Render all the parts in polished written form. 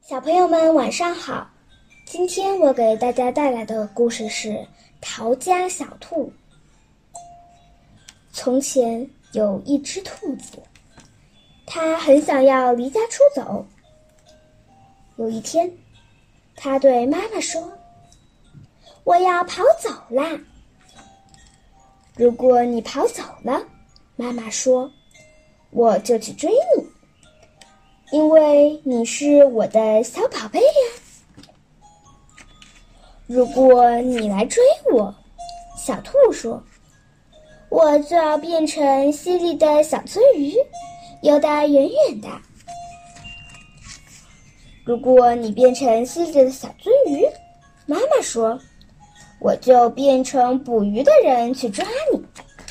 小朋友们晚上好，今天我给大家带来的故事是《逃家小兔》。从前有一只兔子，它很想要离家出走。有一天，它对妈妈说：“我要跑走啦。”如果你跑走了，妈妈说，我就去追你，因为你是我的小宝贝呀。如果你来追我，小兔说，我就要变成犀利的小鳟鱼，游得远远的。如果你变成犀利的小鳟鱼，妈妈说，我就变成捕鱼的人去抓你。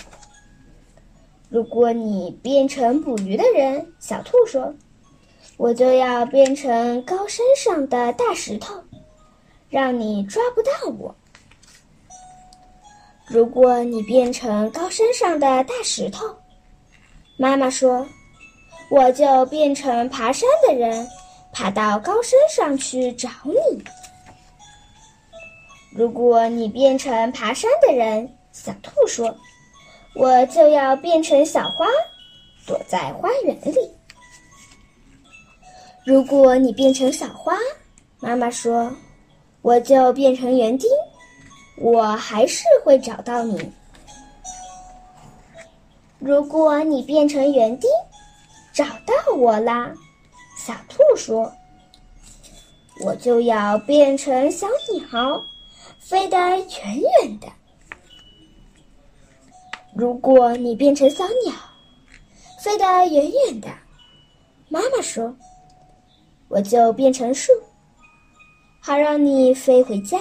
如果你变成捕鱼的人，小兔说，我就要变成高山上的大石头，让你抓不到我。如果你变成高山上的大石头，妈妈说，我就变成爬山的人，爬到高山上去找你。如果你变成爬山的人，小兔说，我就要变成小花，躲在花园里。如果你变成小花，妈妈说，我就变成园丁，我还是会找到你。如果你变成园丁，找到我啦，小兔说，我就要变成小鸟，飞得远远的。如果你变成小鸟，飞得远远的，妈妈说，我就变成树，好让你飞回家。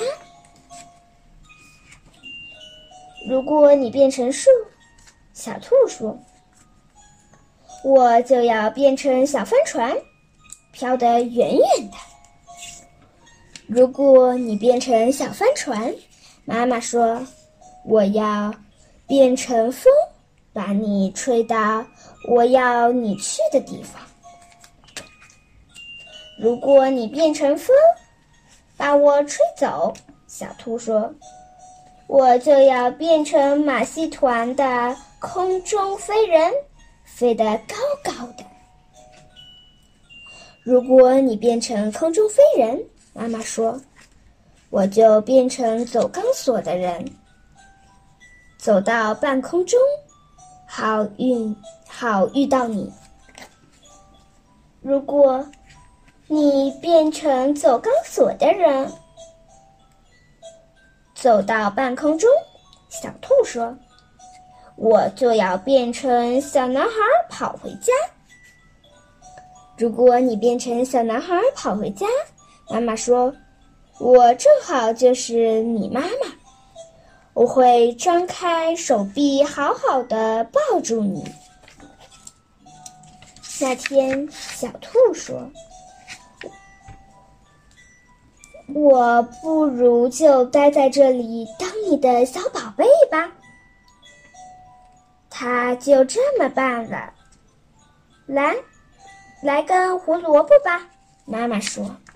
如果你变成树，小兔说，我就要变成小帆船，飘得远远的。如果你变成小帆船，妈妈说，我要变成风，把你吹到我要你去的地方。如果你变成风，把我吹走，小兔说，我就要变成马戏团的空中飞人，飞得高高的。如果你变成空中飞人，妈妈说，我就变成走钢索的人，走到半空中，好遇到你。如果你变成走钢索的人，走到半空中，小兔说，我就要变成小男孩跑回家。如果你变成小男孩跑回家，妈妈说，我正好就是你妈妈，我会张开手臂好好的抱住你。那天小兔说，我不如就待在这里当你的小宝贝吧。他就这么办了。来根胡萝卜吧，妈妈说。